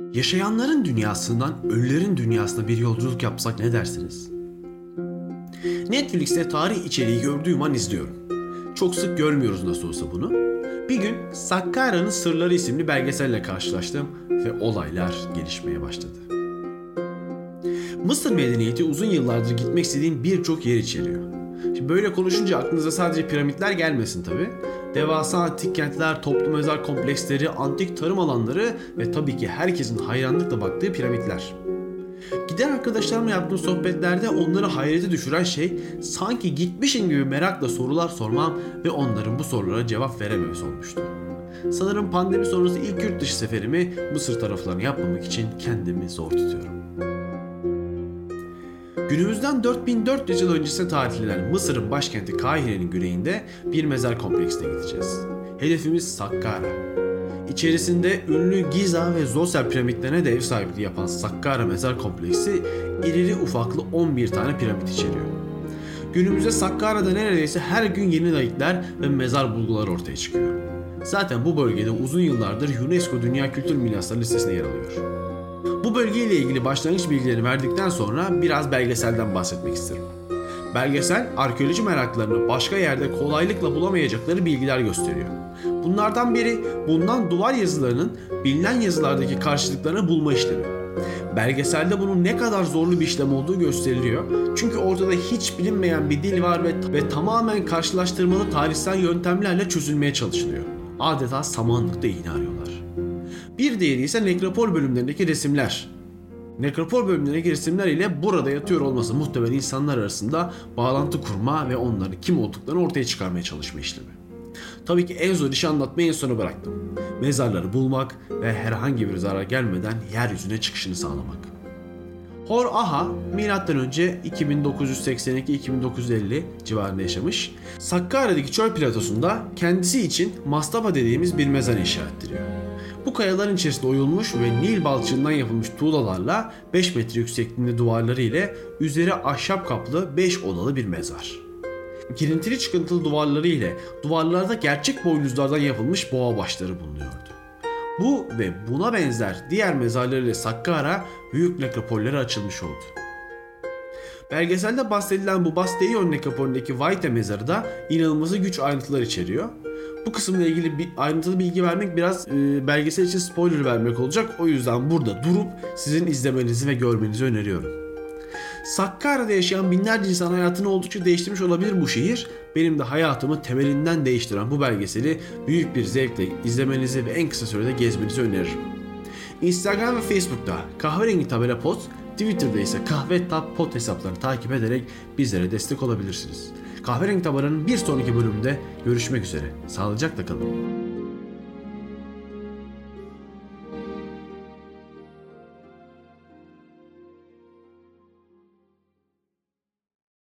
Yaşayanların dünyasından ölülerin dünyasına bir yolculuk yapsak ne dersiniz? Netflix'te tarih içeriği gördüğüm an izliyorum. Çok sık görmüyoruz nasıl olsa bunu. Bir gün Sakkara'nın Sırları isimli belgeselle karşılaştım ve olaylar gelişmeye başladı. Mısır medeniyeti uzun yıllardır gitmek istediğim birçok yer içeriyor. Şimdi böyle konuşunca aklınıza sadece piramitler gelmesin tabi. Devasa antik kentler, toplu mezar kompleksleri, antik tarım alanları ve tabii ki herkesin hayranlıkla baktığı piramitler. Giden arkadaşlarımla yaptığım sohbetlerde onları hayrete düşüren şey sanki gitmişim gibi merakla sorular sormam ve onların bu sorulara cevap verememesi olmuştu. Sanırım pandemi sonrası ilk yurt dışı seferimi Mısır taraflarını yapmamak için kendimi zor tutuyorum. Günümüzden 4400 yıl öncesine tarihlenen Mısır'ın başkenti Kahire'nin güneyinde bir mezar kompleksine gideceğiz. Hedefimiz Sakkara. İçerisinde ünlü Giza ve Zoser piramitlerine de ev sahipliği yapan Sakkara Mezar Kompleksi irili ufaklı 11 tane piramit içeriyor. Günümüzde Sakkara'da neredeyse her gün yeni layıklar ve mezar bulguları ortaya çıkıyor. Zaten bu bölgede uzun yıllardır UNESCO Dünya Kültür Mirasları listesine yer alıyor. Bu bölgeyle ilgili başlangıç bilgileri verdikten sonra biraz belgeselden bahsetmek isterim. Belgesel, arkeoloji meraklarını başka yerde kolaylıkla bulamayacakları bilgiler gösteriyor. Bunlardan biri bulunan duvar yazılarının bilinen yazılardaki karşılıklarını bulma işlemi. Belgeselde bunun ne kadar zorlu bir işlem olduğu gösteriliyor. Çünkü ortada hiç bilinmeyen bir dil var ve tamamen karşılaştırmalı tarihsel yöntemlerle çözülmeye çalışılıyor. Adeta samanlıkta iğne arıyorlar. Bir diğeri ise nekropol bölümlerindeki resimler. Nekropol bölümlerindeki resimler ile burada yatıyor olması muhtemelen insanlar arasında bağlantı kurma ve onların kim olduklarını ortaya çıkarmaya çalışma işlemi. Tabii ki en zor işi anlatmayı en sona bıraktım. Mezarları bulmak ve herhangi bir zarar gelmeden yeryüzüne çıkışını sağlamak. Hor Aha, M.Ö. 2982-2950 civarında yaşamış. Sakkara'daki çöl platosunda kendisi için mastaba dediğimiz bir mezar inşa ettiriyor. Bu kayaların içerisinde oyulmuş ve Nil balçığından yapılmış tuğlalarla 5 metre yüksekliğinde duvarları ile üzeri ahşap kaplı 5 odalı bir mezar. Girintili çıkıntılı duvarları ile duvarlarda gerçek boynuzlardan yapılmış boğa başları bulunuyordu. Bu ve buna benzer diğer mezarlarıyla Sakkara büyük nekropollere açılmış oldu. Belgeselde bahsedilen bu Basteion nekropolündeki Vayte mezarı da inanılmaz güç ayrıntılar içeriyor. Bu kısımla ilgili bir ayrıntılı bilgi vermek biraz belgesel için spoiler vermek olacak. O yüzden burada durup sizin izlemenizi ve görmenizi öneriyorum. Sakkara'da yaşayan binlerce insan hayatını oldukça değiştirmiş olabilir bu şehir. Benim de hayatımı temelinden değiştiren bu belgeseli büyük bir zevkle izlemenizi ve en kısa sürede gezmenizi öneririm. Instagram ve Facebook'ta Kahverengi Tabela Pod, Twitter'da ise Kahve Tab Pod hesaplarını takip ederek bizlere destek olabilirsiniz. Kahverengi Tabela'nın bir sonraki bölümünde görüşmek üzere. Sağlıcakla kalın.